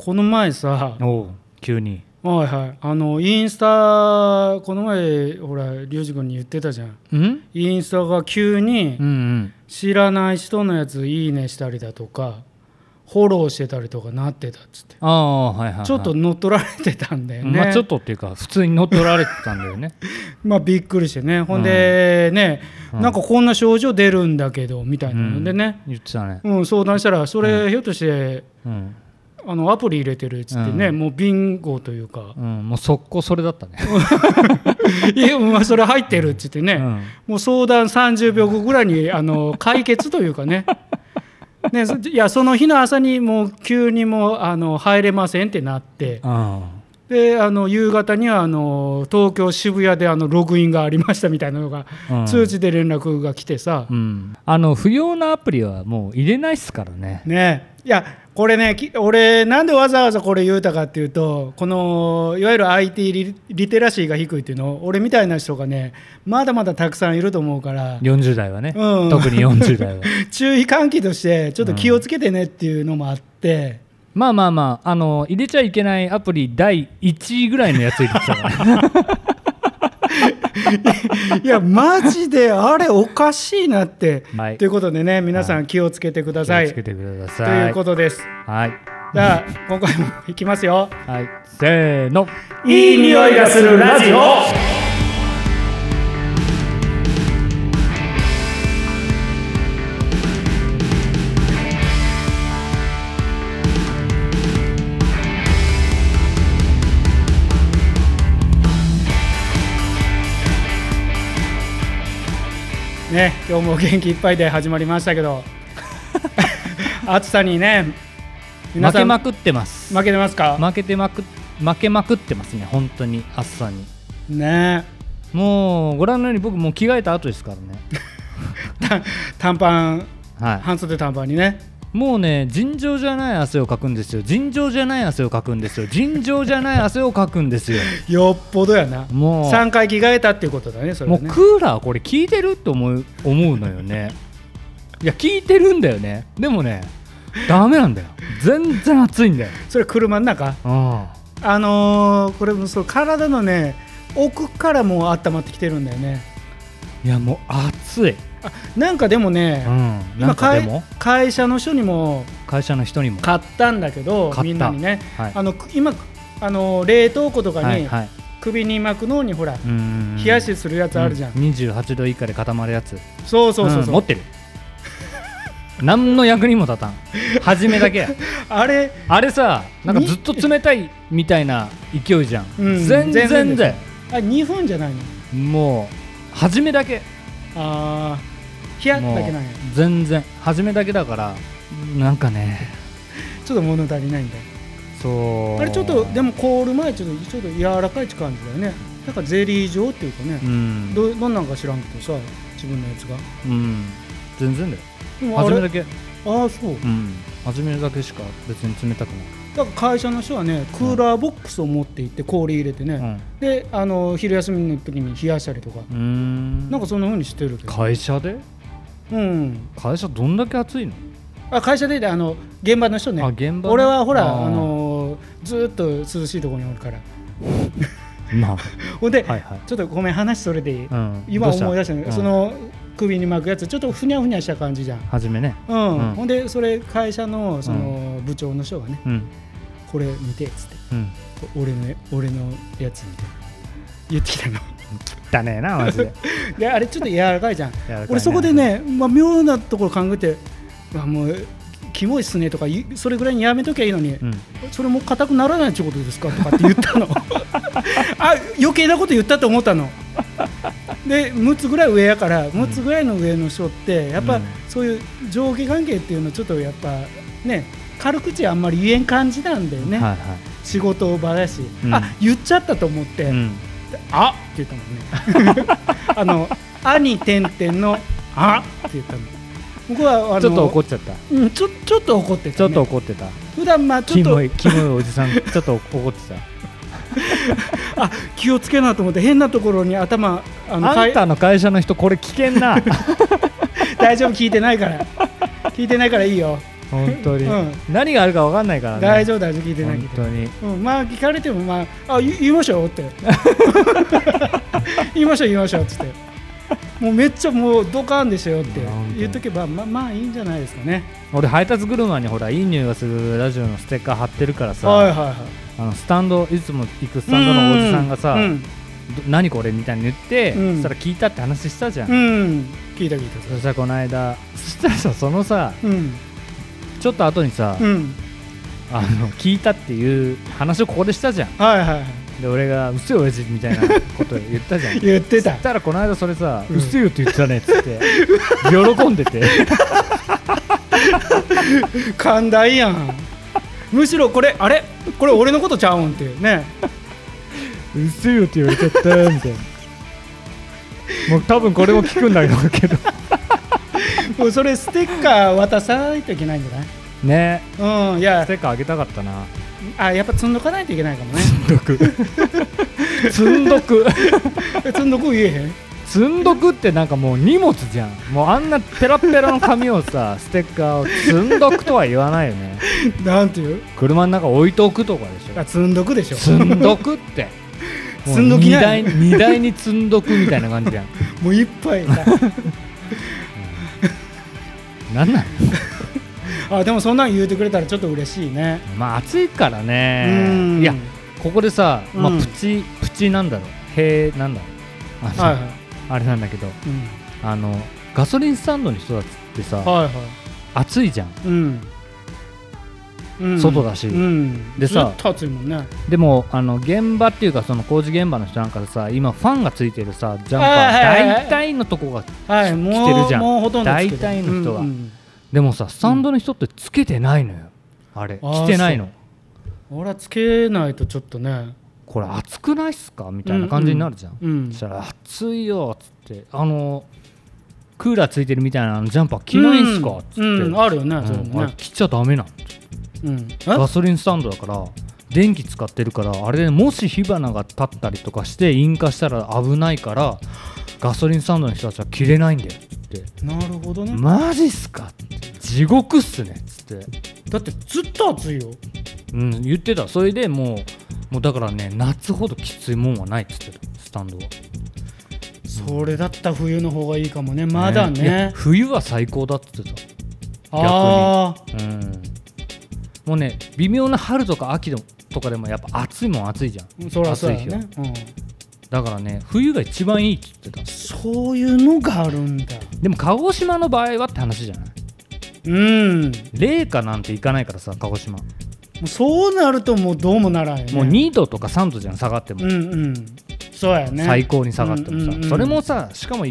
この前さ、 おう急にはいはい、インスタこの前ほらリュウジ君に言ってたじゃん。 んインスタが急にうんうん知らない人のやついいねしたりだとかフォローしてたりとかなってたっつって、 ああはいはい、はい、 ちょっと乗っ取られてたんだよね。 まあちょっとっていうか普通に乗っ取られてたんだよねまあびっくりしてね。ほんでね、なんかこんな症状出るんだけどみたいなのでね、 言ってたね、 相談したらそれひょっとしてアプリ入れてるっつってね、もうビンゴというか、 もう速攻それだったねいやまあそれ入ってるっつってね、もう相談30秒後ぐらいに解決というかねね、いやその日の朝にもう急にもう入れませんってなって、で夕方には東京渋谷でログインがありましたみたいなのが、通知で連絡が来てさ、 不要なアプリはもう入れないっすからね。 ね、いやこれね、俺なんでわざわざこれ言うたかっていうと、このいわゆる IT リテラシーが低いっていうのを俺みたいな人がねまだまだたくさんいると思うから、 40代はね、特に40代は注意喚起としてちょっと気をつけてねっていうのもあって、 まあ入れちゃいけないアプリ第1位ぐらいのやつ入れてたからいやマジであれおかしいなって、 はい、 ということでね皆さん気をつけてください、 気をつけてくださいということです。 はい、 じゃあ今回もいきますよ。 はい、せーの、 いい匂いがするラジオ。ね、今日も元気いっぱいで始まりましたけど暑さにね皆さん負けまくってます。 負けてますか？ 負けまくってますね、本当に暑さにね。 もうご覧のように僕もう着替えた後ですからね短パン、 はい、 半袖短パンにね、 もうね尋常じゃない汗をかくんですよ。尋常じゃない汗をかくんですよ。尋常じゃない汗をかくんですよよっぽどやな。 もう 3回着替えたっていうことだね。それね、 もうクーラーこれ効いてるって思うのよねいや効いてるんだよね。でもねダメなんだよ、全然暑いんだよ。 それ車の中、これもそう体のね奥からもう温まってきてるんだよね。 いやもう暑い。 なんかでもね、今会社の人にも買ったんだけど、みんなにね、はい、今冷凍庫とかに首に巻くのにほら冷やしするやつあるじゃん、 28度以下で固まるやつ。 そう、 持ってる何の役にも立たん初めだけあれさ、なんかずっと冷たいみたいな勢いじゃん、全然だよ。 2分じゃないの？ もう初めだけ。 冷やだけなんや。 全然初めだけだからなんかねちょっと物足りないんだよ。 そうあれちょっとでも凍る前ちょっと柔らかい感じだよね。なんかゼリー状っていうかね、どんなんか知らんけどさ、自分のやつが全然だよ。初めだけ。 そう、 初めだけしか別に冷たくない。 だから会社の人はねクーラーボックスを持って行って氷入れてね、で昼休みの時に冷やしたりとか、なんかそんな風にしてるけど。 会社で？会社どんだけ暑いの？ 会社で現場の人ね。俺はほらずっと涼しいところにおるからほんで、ちょっとごめん話それでいい、今思い出したね、その首に巻くやつちょっとふにゃふにゃした感じじゃん初めね。 ほんでそれ会社のその部長の人がね、これ見てっつって、俺のやつみたいな言ってきたの。 だねえなマジでであれちょっと柔らかいじゃん。俺そこでね、妙なところ考えて、もうキモいっすねとかそれぐらいにやめときゃいいのに、それも硬くならないってことですかとかって言ったの余計なこと言ったと思ったので6つぐらい上やから6つぐらいの上の人ってやっぱそういう上下関係っていうのちょっとやっぱね軽口あんまり言えん感じなんだよね、仕事場だし、言っちゃったと思って、って言ったもんね兄点々のって言ったの。僕はちょっと怒っちゃった。 ちょっと怒ってた、ね、 ちょっと怒ってた。 普段ちょっとキモいおじさんちょっと怒ってた気をつけなと思って変なところに頭あんたの会社の人これ危険な大丈夫、聞いてないからいいよ。 本当に、何があるか分かんないからね。 大丈夫聞いてない本当に、 まあ聞かれても言いましょうって言いましょうっつってもうめっちゃもうドカンですよって言っとけばまあいいんじゃないですかね。 俺配達車にほらいい匂いがするラジオのステッカー貼ってるからさ、スタンドいつも行くスタンドのおじさんがさ、何これみたいに言って、そしたら聞いたって話したじゃん。 聞いた。 そしたらこの間そしたらさ、そのさ、ちょっと後にさ、聞いたっていう話をここでしたじゃん。で俺がうっせよ親父みたいなこと言ったじゃん。 言ってた。 そしたらこの間それさ、うっせよって言ってたねっつって喜んでて寛大やん。むしろこれ俺のことちゃうんっていうね。 うっせよって言われちゃったみたいな。もう多分これも聞くんだろうけどもうそれステッカー渡さないといけないんじゃないね。 いやステッカーあげたかったな。 やっぱ積んどかないといけないかもね。 積んどく言えへん。 積んどくってなんかもう荷物じゃん。もうあんなペラペラの紙をさステッカーを積んどくとは言わないよね。 なんていう車の中置いとくとかでしょ。 積んどくでしょ。 積んどくって積んどきない。 荷台に積んどくみたいな感じやん。 もういっぱいさなんなんでもそんなん言うてくれたらちょっと嬉しいね。 まあ暑いからね。いやここでさ、プチなんだろう、なんだろう、あれなんだけど、ガソリンスタンドの人たちってさ、暑いじゃん、外だし、でさ、 ずっと暑いもんね。 でも現場っていうかその工事現場の人なんかでさ、今ファンがついてるさジャンパー大体のとこが着てるじゃん。 もうほとんど大体の人が。でもさスタンドの人ってつけてないのよ。あれ着てないの。 俺はつけないとちょっとね、 これ暑くないっすかみたいな感じになるじゃん。そしたら暑いよっつって、クーラーついてるみたいなジャンパー着ないんすかっつって、 あるよね。それもね、 あれ着ちゃダメなの。ガソリンスタンドだから電気使ってるから、あれでもし火花が立ったりとかして引火したら危ないからガソリンスタンドの人たちは着れないんだよっつって。 なるほどね。 マジっすかって、地獄っすねっつって。 だってずっと暑いよ。 言ってた。それでもうだからね、夏ほどきついもんはないっつってたスタンドは。 それだったら冬の方がいいかもね。まだね。 冬は最高だっつってた。逆に。もうね、微妙な春とか秋とかでもやっぱ暑いもん暑いじゃん。 そりゃそうやね。 だからね、冬が一番いいって言ってた。 そういうのがあるんだ。 でも鹿児島の場合はって話じゃない。零下なんていかないからさ、鹿児島。 そうなるともうどうもならんよね。もう 2度とか3度じゃん、下がっても。 そうやね。 最高に下がってもさ、それもさ、しかも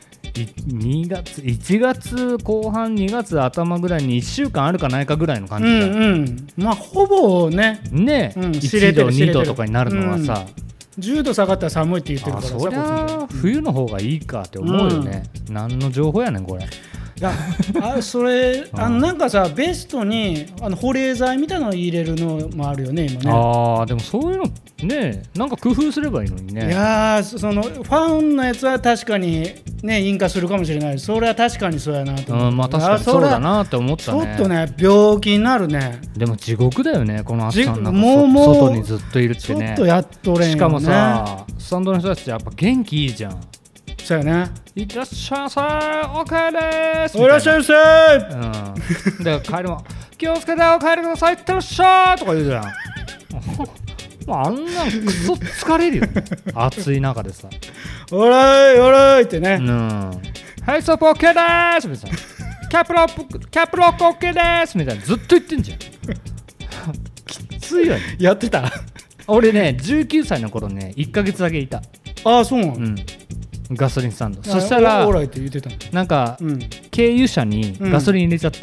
1月後半2月頭ぐらいに1週間あるかないかぐらいの感じだ、 まあほぼね 1度2度とかになるのはさ、 10度下がったら寒いって言ってるからさ、 そりゃ冬の方がいいかって思うよね。何の情報やねんこれ。 それなんかさ、ベストに保冷剤みたいなの入れるのもあるよね今ね。 でもそういうのね、なんか工夫すればいいのにね。 いやそのファンのやつは確かにね引火するかもしれない。それは確かにそうやなと思って。 まあ確かにそうだなって思ったね。 ちょっとね病気になるね。 でも地獄だよね、この暑さの中外にずっといるってね。 ちょっとやっとれんよね。 しかもさ、スタンドの人たちやっぱ元気いいじゃん。 そうやね。 いらっしゃいませ、お帰りですいらっしゃいませ。 で帰りも気をつけてお帰りください、いってらっしゃいとか言うじゃん。あんなんクソ疲れるよね暑い中でさ。 おらいおらいってね。 はい、ストップ OK ですみたいな。キャップロック OK ですみたいなずっと言ってんじゃん。きついよね。 やってた。 俺ね19歳の頃ね1ヶ月だけいた。 そうなの。 ガソリンスタンド。そしたらなんか経由車にガソリン入れちゃって、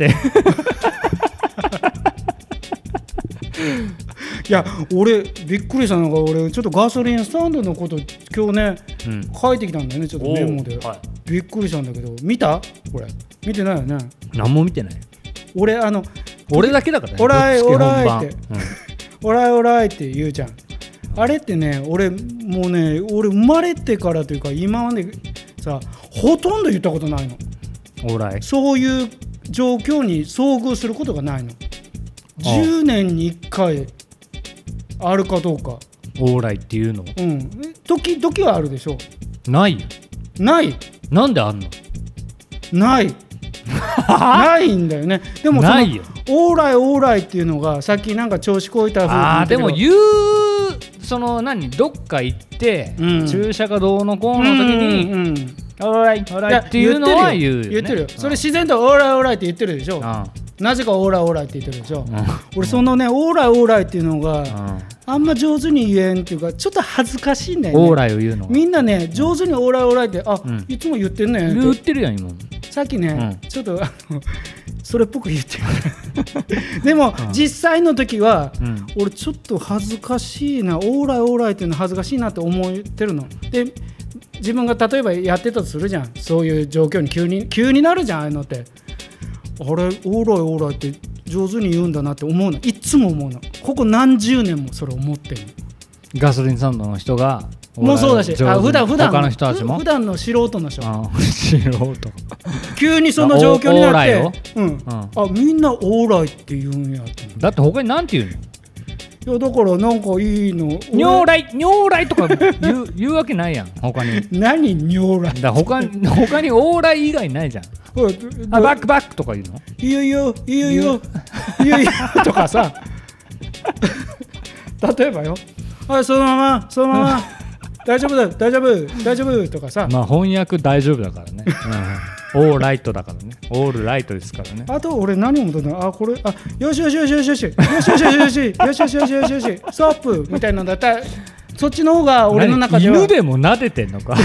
いや俺びっくりしたのが、俺ちょっとガソリンスタンドのこと今日ね、書いてきたんだよね、ちょっとメモで、びっくりしたんだけど、見た？これ見てないよね。 何も見てない。俺だけだからね。 オライオライって、オライオライって言うじゃん。あれってね、俺生まれてからというか今までさほとんど言ったことないの。 オーライ。 そういう状況に遭遇することがないの。10年に1回あるかどうか。 オーライっていうの、 うん、時はあるでしょ。 ないよ。 ない。 なんであんの。 ないないんだよね。でもそのないよ。 オーライっていうのがさっきなんか調子こいた風にでも言うそのどっか行って、注射がどうのこうの時に、オーライっていうのは言うよね。 言ってるよ。それ自然とオーライって言ってるでしょ。なぜかオーライって言ってるでしょ。俺そのねオーライっていうのがあんま上手に言えんっていうかちょっと恥ずかしいんだよね。 オーライを言うのみんなね上手にオーライっていつも言ってんねん。 言ってるやん今。 さっきね、ちょっとそれっぽく言ってるでも、実際の時は、俺ちょっと恥ずかしいな、オーライっていうの恥ずかしいなって思ってるので、自分が例えばやってたとするじゃん。そういう状況に急になるじゃん。ああいうのってオーライって上手に言うんだなって思うの。いつも思うの。ここ何十年もそれ思ってるの。 ガソリンスタンドの人がもうそうだし、普段他の人たちも普段の素人の人素人急にその状況になってみんなオーライって言うんやって。 だって他に何て言うの。 いやだからなんかいいのニョーライとか言うわけないやん他に。 何ニョーライだ他にオーライ以外ないじゃん。バックとか言うの。 いいよとかさ例えばよ、そのまま大丈夫とかさ。 まあ翻訳大丈夫だからね。オーライトだからね。オールライトですからね。 あと俺何思ったの。これよしストップみたいなのだったらそっちの方が俺の中では。 犬でも撫でてんのか。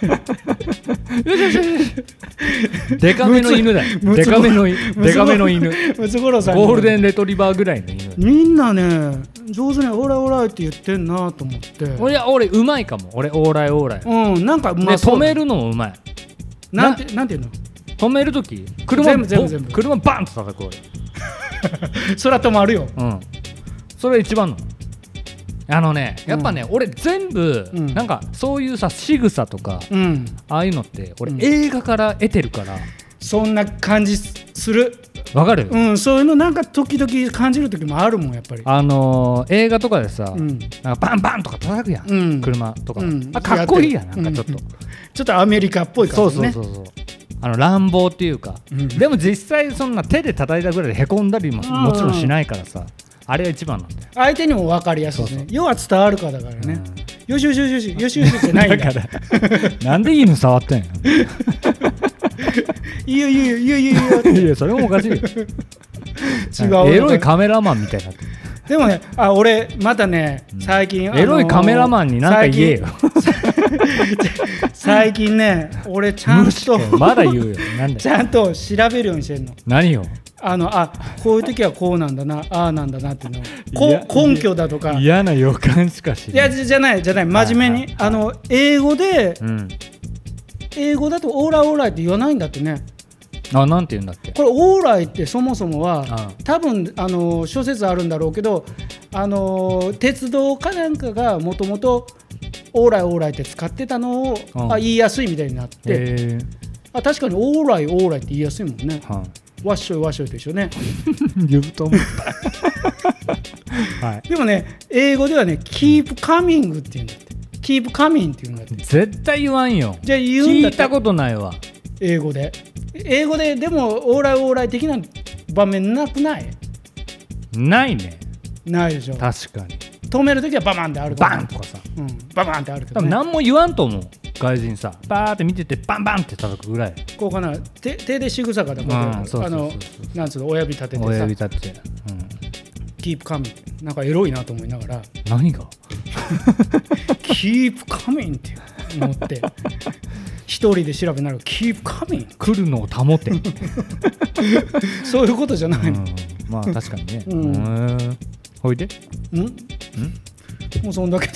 デカめの犬だよ。デカめの犬。 ムツゴロウさんゴールデンレトリバーぐらいの犬。 みんなね上手にオーライって言ってんなと思って。 俺うまいかも。俺オーライ。 なんか止めるのもうまい。 なんていうの。 止めるとき車バンと叩く俺。 それは止まるよ。 それ一番の。やっぱね、俺全部、なんかそういうさ仕草とか、ああいうのって俺、映画から得てるから。 そんな感じする。 わかる？ そういうのなんか時々感じる時もあるもんやっぱり。 映画とかでさ、なんかバンバンとか叩くやん、車とか、かっこいいやん。なんかちょっとアメリカっぽい感じね。 そう乱暴っていうか、でも実際そんな手で叩いたぐらいでへこんだりももちろんしないからさ、あれが一番なんだよ。 相手にも分かりやすいですね。要は伝わるかだからね。よしってないんだ。 だからなんで犬触ってんの。 いいよいやそれもおかしいよ。違う。エロいカメラマンみたいになってる。 でもね、俺またね最近エロいカメラマンに何か言えよ。 最近ね俺ちゃんとまだ言うよ。 ちゃんと調べるようにしてんの。 何を。 こういう時はこうなんだな、なんだなっていうの根拠だとか。 嫌な予感しかしない。 じゃない真面目に英語で、英語だとオーライって言わないんだってね。 なんて言うんだっけ。 これオーライってそもそもは多分諸説あるんだろうけど、鉄道かなんかがもともとオーライって使ってたのを言いやすいみたいになって、確かにオーライって言いやすいもんね。わっしょいと一緒ね。 言うと思った。 でもね英語ではね keep coming って言うんだって。keep coming って言うんだって。 絶対言わんよ。 じゃあ言うんだって。 聞いたことないわ。 英語ででもオーライ的な場面なくない？ ないね。 ないでしょ。 確かに止めるときはババンってあるバンとかさ、 ババンってあるけど、 多分何も言わんと思う。外人さバーって見ててバンバンって叩くぐらい。 こうかな、手で仕草がだからなんつうの親指立ててさ、 親指立てて、 キープカミン、なんかエロいなと思いながら。 何がキープカミンって思って一人で調べながらキープカミン、 来るのを保てそういうことじゃないの。 まあ確かにね。ほいでもうそんだけで。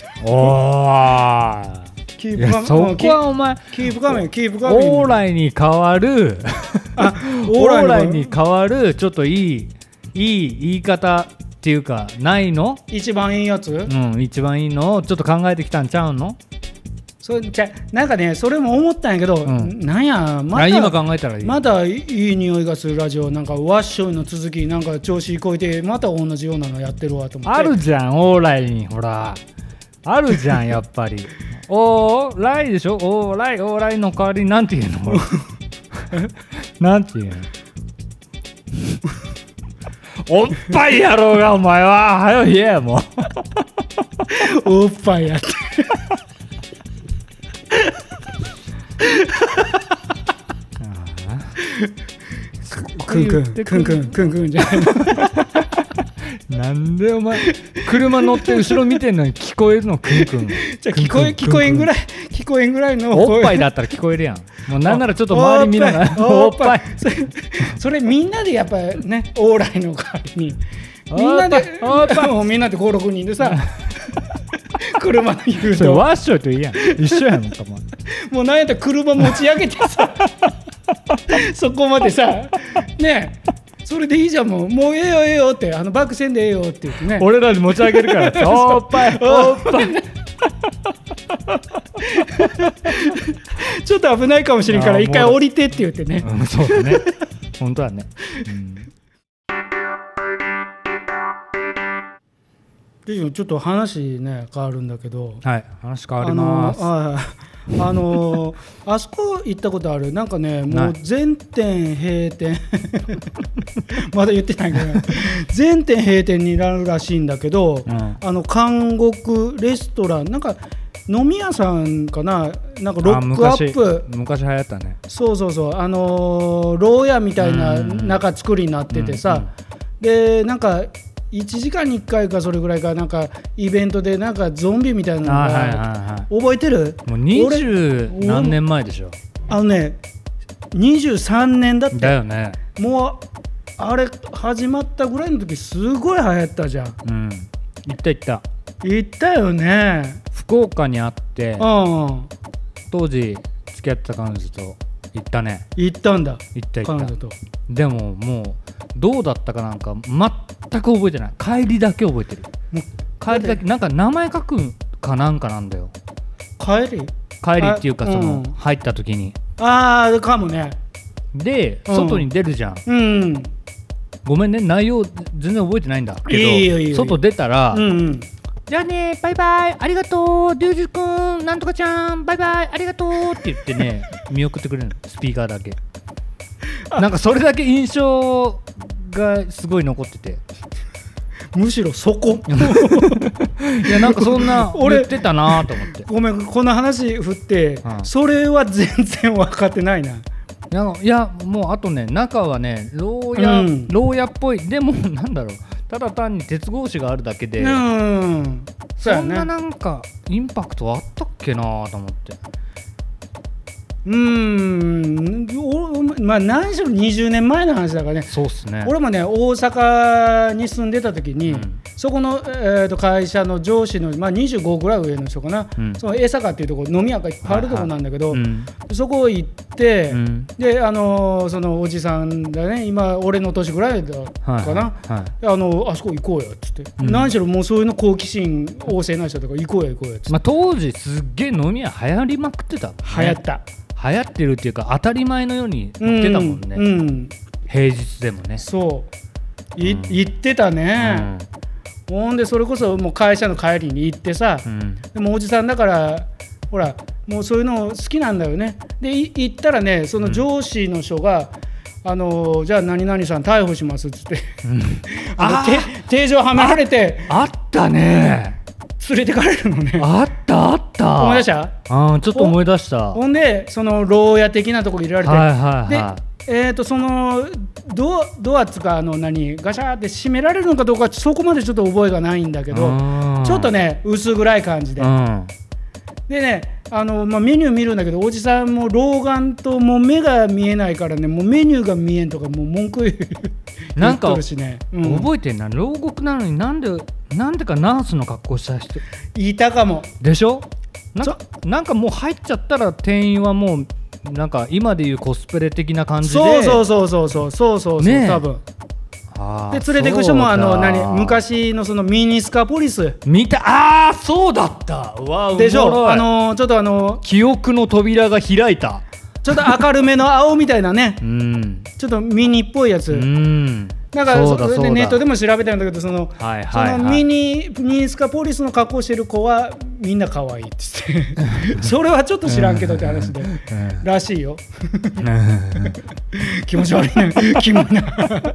いやそこはお前キープカミンオーライに変わるオーライに変わるちょっといい言い方っていうかないの？ 一番いいやつ？ 一番いいのをちょっと考えてきたんちゃうの？ なんかねそれも思ったんやけど、なんやまた今考えたらいいまだいい匂いがするラジオなんかワッショイの続きなんか調子こいてまた同じようなのやってるわと思って。 あるじゃんオーライにほらあるじゃんやっぱりオーライでしょオーライの代わりになんて言うのなんて言うのおっぱいやろうがお前ははよ言えやもうおっぱいやってクンクンじゃないなんでお前車乗って後ろ見てんのに聞こえるのクンクンじゃあ聞こえんぐらいのおっぱいだったら聞こえるやんもうなんならちょっと周り見ながらおっぱいそれみんなでやっぱねオーライの代わりにみんなで5,6人でさ車の誘導ワッショイといいやん一緒やんかもうなんやったら車持ち上げてさそこまでさねそれでいいじゃんもうええよってバックせんでええよって言ってね俺らに持ち上げるからおっぱいちょっと危ないかもしれんから一回降りてって言ってね、 そうだね本当はね、 ちょっと話ね変わるんだけど、 はい話変わります。 あそこ行ったことあるなんかねもう全店閉店まだ言ってないけど全店閉店になるらしいんだけど、韓国レストランなんか飲み屋さんかななんかロックアップ昔流行ったねそう牢屋みたいな中作りになっててさ、でなんか1時間に1回かそれぐらいかなんかイベントでなんかゾンビみたいなのが覚えてる？ もう20何年前でしょ。 23年だってだよね。 もうあれ始まったぐらいの時すごい流行ったじゃん。 行ったよね。 福岡にあって、当時付き合ってた彼女と行ったね。 行ったんだ。 行った彼女と。 でももうどうだったかなんか全く覚えてない。帰りだけ覚えてる。帰りだけなんか名前書くかなんかなんだよ。帰りっていうかその入った時にかもね。 で外に出るじゃん。ごめんね内容全然覚えてないんだけど外出たらじゃあねバイバイありがとうデュージュくんなんとかちゃんバイバイありがとうって言ってね見送ってくれるのスピーカーだけなんかそれだけ印象がすごい残っててむしろそこいやなんかそんな言ってたなと思ってごめんこの話振って、それは全然分かってないな。 いやもうあとね中はね牢屋っぽいでもなんだろうただ単に鉄格子があるだけでそんななんかインパクトあったっけなと思ってまあ何しろ20年前の話だからね。 そうっすね。 俺もね大阪に住んでた時に、そこの、会社の上司の、25ぐらい上の人かな、その江坂っていうところ飲み屋がいっぱいあるところなんだけど、そこ行って、でそのおじさんだね今俺の年ぐらいだかな、あそこ行こうよっつって、何しろもうそういうの好奇心旺盛な人とか行こうよっつって、 当時すっげえ飲み屋流行りまくってたもんね。流行ってるっていうか当たり前のように言ってたもんね、平日でもね。そう言ってたね、ほんでそれこそもう会社の帰りに行ってさ、でもおじさんだからほらもうそういうの好きなんだよね。で行ったらねその上司の人が、じゃあ何々さん逮捕しますっつって手錠はめられてあったね連れてかれるのね。 あった思い出した？ ちょっと思い出した。 ほんでその牢屋的なところ入れられて、でそのドアつかガシャーって閉められるのかどうかそこまでちょっと覚えがないんだけどちょっとね薄暗い感じで、でねメニュー見るんだけどおじさんも老眼ともう目が見えないからねもうメニューが見えんとかもう文句言っとるしね。 覚えてんな牢獄なのになんでかナースの格好した人いたかもでしょ。なんかもう入っちゃったら店員はもうなんか今でいうコスプレ的な感じでそう、多分で連れてく人も昔のそのミニスカポリス見た。そうだった。わでしょ。ちょっと記憶の扉が開いた。 ちょっと明るめの青みたいなね、ちょっとミニっぽいやつ。だからそれでネットでも調べたんだけど、そのミニスカポリスの格好してる子はみんな可愛いって言ってそれはちょっと知らんけどって話でらしいよ気持ち悪いね、キモいな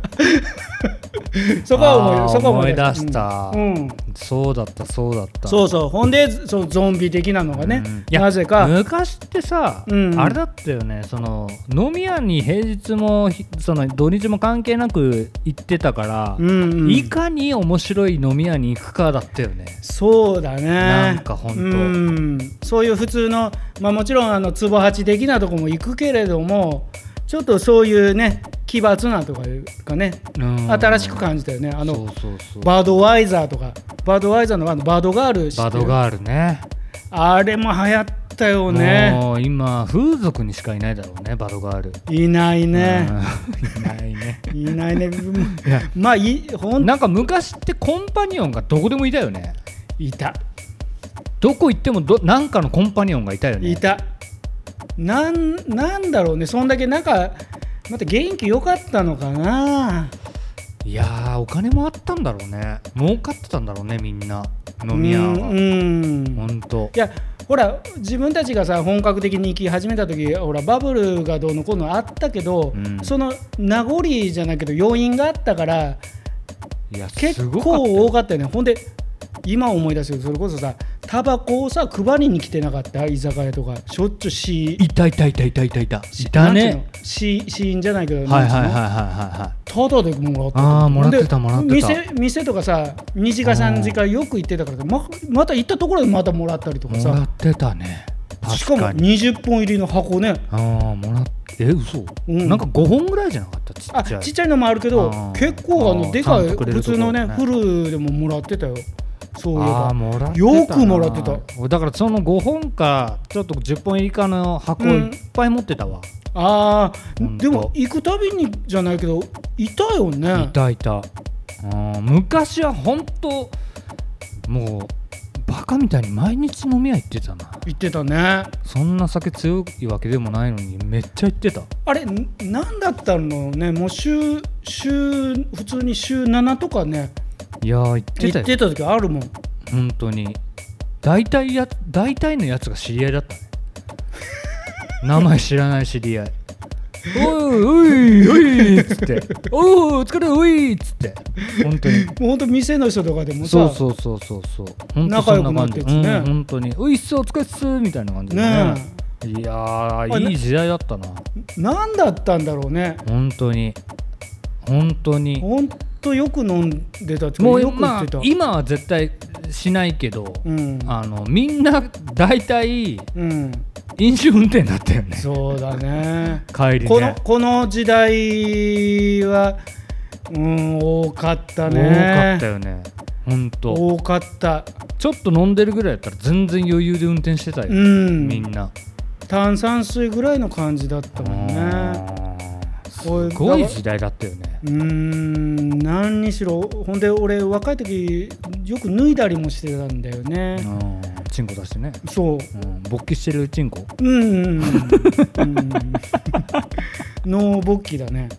そこは思い出した、そうだった。 そうほんでゾンビ的なのがね、なぜか昔ってさ、あれだったよね、その飲み屋に平日もその土日も関係なく行ってたから、いかに面白い飲み屋に行くかだったよね。 そうだね、 なんかほんと、そういう普通の、もちろん壺八的なとこも行くけれども、ちょっとそういうね奇抜なとかがね、新しく感じたよね。バードワイザーとか、バードワイザーのバードガール知ってる？ バードガールね、 あれも流行ったよね。 もう今風俗にしかいないだろうね、バードガール。 いないねいないねなんか昔ってコンパニオンがどこでもいたよね。 いた。 どこ行ってもなんかのコンパニオンがいたよね。 いた。なんだろうね、そんだけなんかまた元気良かったのかな。 いやー、お金もあったんだろうね、儲かってたんだろうね、みんな飲み屋は。ほんと。いやほら、自分たちがさ本格的に行き始めた時、ほらバブルがどうのこうのあったけど、その名残じゃないけど要因があったから、 いや結構多かったよね。ほんで今思い出すけど、それこそさタバコをさ配りに来てなかった？居酒屋とかしょっちゅういたね。 試飲じゃないけど、 はい、 タダでもらってた。 もらってた。 店とかさ2時か3時かよく行ってたから、また行ったところでまたもらったりとかさ。 もらってたね。 しかも20本入りの箱ね。 もらって、嘘、なんか5本ぐらいじゃなかった？ ちっちゃいのもあるけど、結構でかい普通のねフルでももらってたよ。そういえばよくもらってた。 だからその5本かちょっと10本以下の箱いっぱい持ってたわ。 でも行くたびにじゃないけどいたよね。 いた。昔は本当もうバカみたいに毎日飲み屋行ってたな。 行ってたね。 そんな酒強いわけでもないのにめっちゃ行ってた。 あれなんだったのね、もう普通に週7とかね。 いや行ってたよ。 行ってた時あるもん。 本当に大体のやつが知り合いだったね名前知らない知り合いおいっつってお疲れおいっつって、本当に本当店の人とかでもさ、 そう仲良くなってね、 本当においっすお疲れっすみたいな感じでね。いやーいい時代だったな。 何だったんだろうね。 本当によく飲んでたってもうよく言ってた。 今は絶対しないけど、みんな大体、飲酒運転だったよね。 そうだね帰りね。 この時代は多かったね。 多かったよね。本当多かった。 ちょっと飲んでるぐらいだったら全然余裕で運転してたよ、みんな。 炭酸水ぐらいの感じだったもんね。 すごい時代だったよね。 何にしろ、ほんで俺若い時よく脱いだりもしてたんだよね。 チンコ出してね。 そう、 勃起してるチンコ。 ノー勃起だね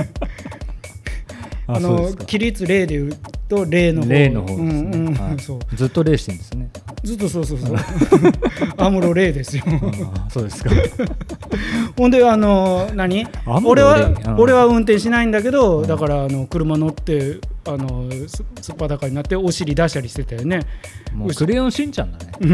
起立0で言うと0の方ですね。 ずっと0してるんですね。 ずっとそうアムロ0ですよそうですかほんで俺は運転しないんだけど、だから車乗ってすっぱだかになってお尻出したりしてたよね。 もうクレヨンしんちゃんだね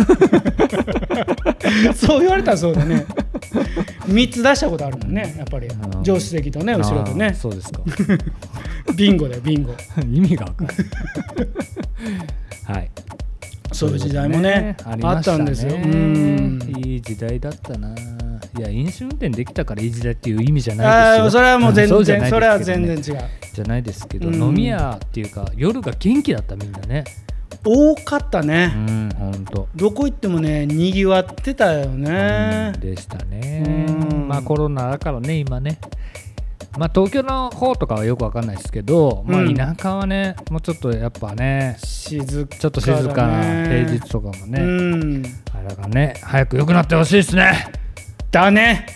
そう言われたらそうだね3つ出したことあるもんね、やっぱり助手席とね後ろとね。 そうですかビンゴだよビンゴ意味が分かるはい、 そういう時代もねあったんですよ。 いい時代だったな。いや飲酒運転できたからいい時代っていう意味じゃないですよ。 それはもう全然それは全然違うじゃないですけど、飲み屋っていうか夜が元気だったみんなね。 多かったね。 本当。 どこ行ってもねにぎわってたよね。 でしたね。まあコロナだからね今ね。 まあ東京の方とかはよくわかんないですけど、まあ田舎はねもうちょっとやっぱねちょっと静かな平日とかもね、あれだからね早く良くなってほしいですね。 だね。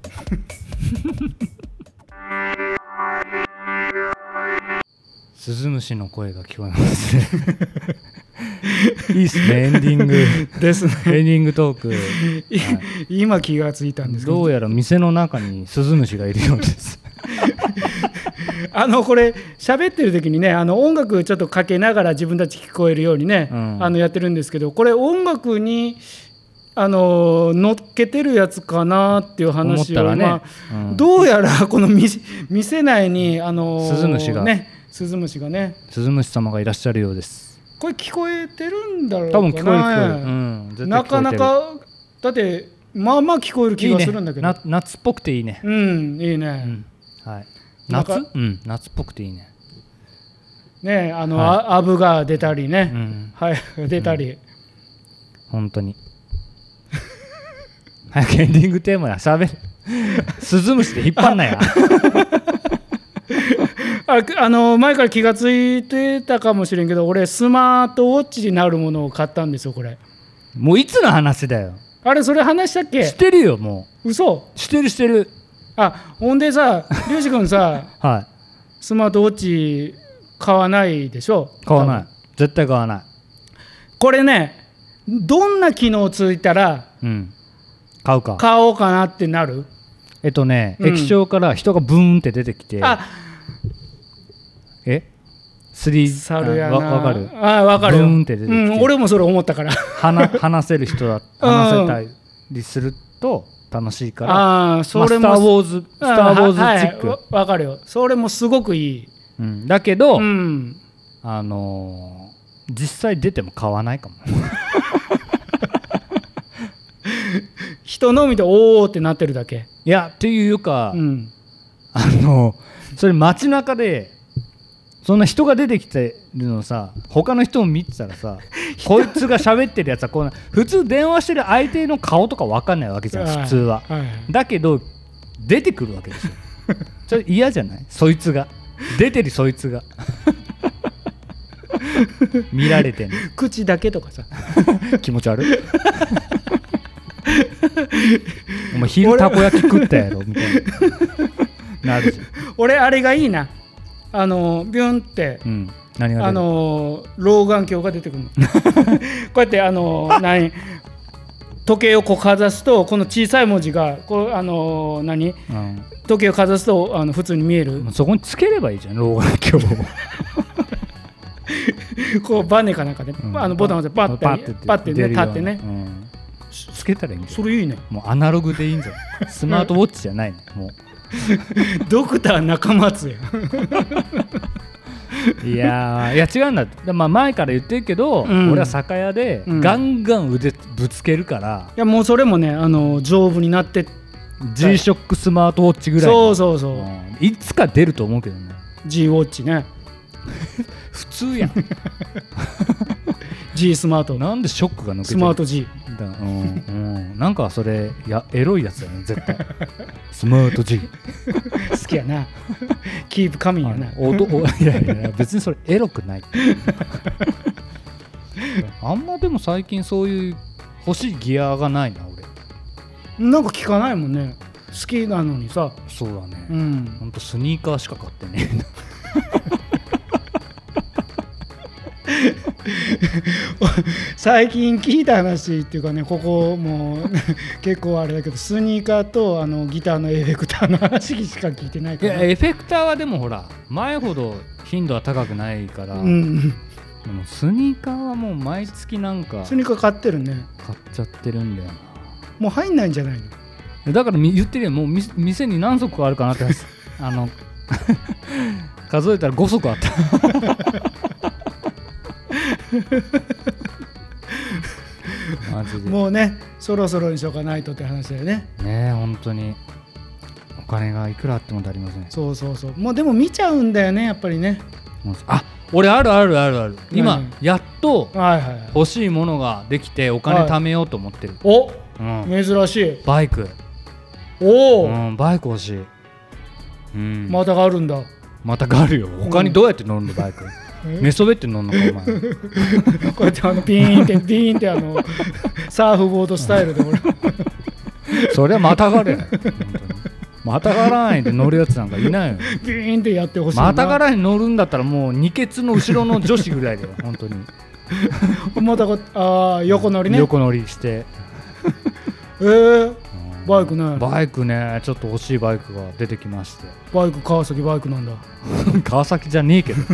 スズムシの声が聞こえますね。いいっすね、エンディングですね。 エンディングトーク、はい、 今気がついたんですけど、 どうやら店の中にスズムシがいるようです。 これ喋ってる時にね音楽ちょっとかけながら自分たち聞こえるようにね、やってるんですけど、これ音楽に乗っけてるやつかなっていう話を、ねどうやらこの店内にスズムシがね、 スズムシがね、 スズムシ様がいらっしゃるようです。 これ聞こえてるんだろうかな。 多分聞こえる、 なかなかだってまあまあ聞こえる気がするんだけど、 いいね、夏っぽくていいね。 いいね、 はい、夏っぽくていいね。 ねアブが出たりね、出たり、 本当に早くエンディングテーマや喋る。スズムシで引っ張んなや。 前から気がついてたかもしれんけど、俺スマートウォッチになるものを買ったんですよ。これもういつの話だよ。 あれそれ話したっけ。 してるよ。もう嘘。 してる。 ほんでさ、リュウジ君さ、 はい、 スマートウォッチ買わないでしょ。 買わない、絶対買わない。 これね、どんな機能ついたら、 買おうかなってなる。 液晶から人がブーンって出てきて、 猿やな。 わかる。 わかるよ。 ブーンって出てきて、 俺もそれ思ったから。 話せる人だ、話せたりすると楽しいから。それもスター・ウォーズチック。 わかるよ。それもすごくいい。 だけど、実際出ても買わないかも。 人のみでおーってなってるだけ。 いやっていうか、それ街中でそんな人が出てきてるのさ、他の人も見てたらさ、こいつが喋ってるやつはこう普通電話してる相手の顔とか分かんないわけじゃん、普通は。だけど出てくるわけですよ。それ嫌じゃない？そいつが出てる、そいつが見られてんの。 口だけとかさ。 気持ち悪い。お前昼たこ焼き食ったやろみたいななるじゃん。 俺あれがいいな、ビュンって、 何が老眼鏡が出てくるの。こうやって時計をこうかざすと、この小さい文字がこう時計をかざすと普通に見える。 そこにつければいいじゃん、老眼鏡を。 こうバネかなんかで、ボタンを押してパッてね、立ってね、 つけたらいいんだよ。 それいいね。 もうアナログでいいんじゃん。スマートウォッチじゃないの。もうドクター中松や。 いや違うんだ。前から言ってるけど、俺は酒屋でガンガン腕ぶつけるから。 いやもうそれもね、丈夫になって G-SHOCK スマートウォッチぐらい。 そう、 いつか出ると思うけどね。 G ウォッチね。 普通やん。 G スマート。 なんでショックが抜けてる。 スマート G。 なんかそれエロいやつだよね、絶対。スマート G。 好きやな。キープカミンやな。 いや別にそれエロくない。あんまでも最近そういう欲しいギアがないな、俺。 なんか聞かないもんね。好きなのにさ。 そうだね。ほんとスニーカーしか買ってねえな。 最近聞いた話っていうかね、ここもう結構あれだけど、スニーカーとギターのエフェクターの話しか聞いてないから。 エフェクターはでもほら前ほど頻度は高くないから、でもスニーカーはもう毎月なんかスニーカー買ってるね。 買っちゃってるんだよな。 もう入んないんじゃないの。 だから言ってるよ、もう店に何足あるかなって数えたら5足あった。マジでもうね、そろそろにしようかないとって話だよね。 ねえ、本当にお金がいくらあっても足りません。 そう、もうでも見ちゃうんだよね、やっぱりね。 俺ある今、やっと欲しいものができてお金貯めようと思ってる。 珍しい。 バイク。バイク欲しい。 うん、 またがあるんだ。 またがあるよ。他にどうやって乗るのバイク、寝そべって乗るのかお前こうやってピーンってピーンってサーフボードスタイルで俺それはまたがれよ本当に。またがらないで乗るやつなんかいないよ。 ビーンってやってほしいな。 またがらないで乗るんだったらもう二ケツの後ろの女子ぐらいだよ本当にまたが横乗りね。 横乗りしてバイクね。 バイクね、ちょっと欲しいバイクが出てきまして。 バイク川崎バイクなんだ川崎じゃねえけど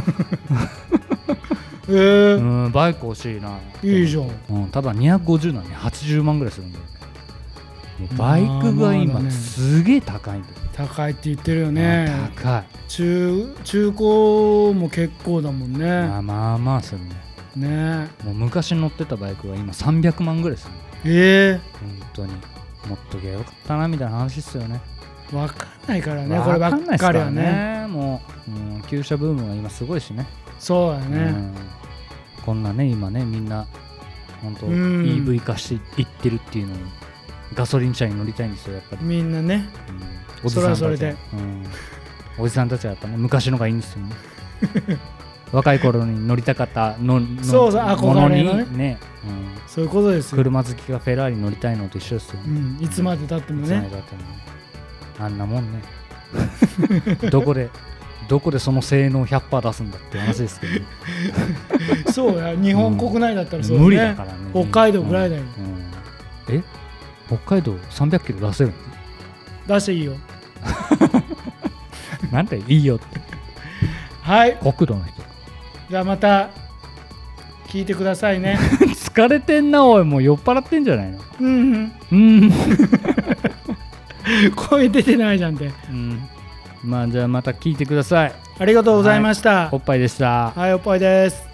バイク欲しいな。 いいじゃん、ただ250なんで80万ぐらいするんだよね。バイクが今すげえ高いんだよ。 高いって言ってるよね。 高い。 中古も結構だもんね。 まあするね。もう昔乗ってたバイクが今300万ぐらいする。本当に持っとけばよかったなみたいな話っすよね。 分かんないからね、こればっかりはね。 もう旧車ブームが今すごいしね。 そうだね。 こんなね今ねみんな本当 EV 化していってるっていうのにガソリン車に乗りたいんですよやっぱり。みんなね。 おじさんたちそれで、おじさんたちはやっぱね昔のがいいんですよね。若い頃に乗りたかったのそう憧れのね。 そういうことですよ。 車好きがフェラーリ乗りたいのと一緒ですよね。 いつまでたってもね。 あんなもんね。どこでその性能 100% 出すんだって話ですけど。そうや、日本国内だったらそうね。 無理だからね。 北海道ぐらいだよ。 北海道300キロ出せるの？ 出していいよ。 なんていいよって。 はい。 国土の人。 じゃあまた聞いてくださいね。 疲れてんなおい、もう酔っ払ってんじゃないの？ 声出てないじゃんって。 まあじゃあまた聞いてください。 ありがとうございました。 おっぱいでした。 はい、おっぱいです。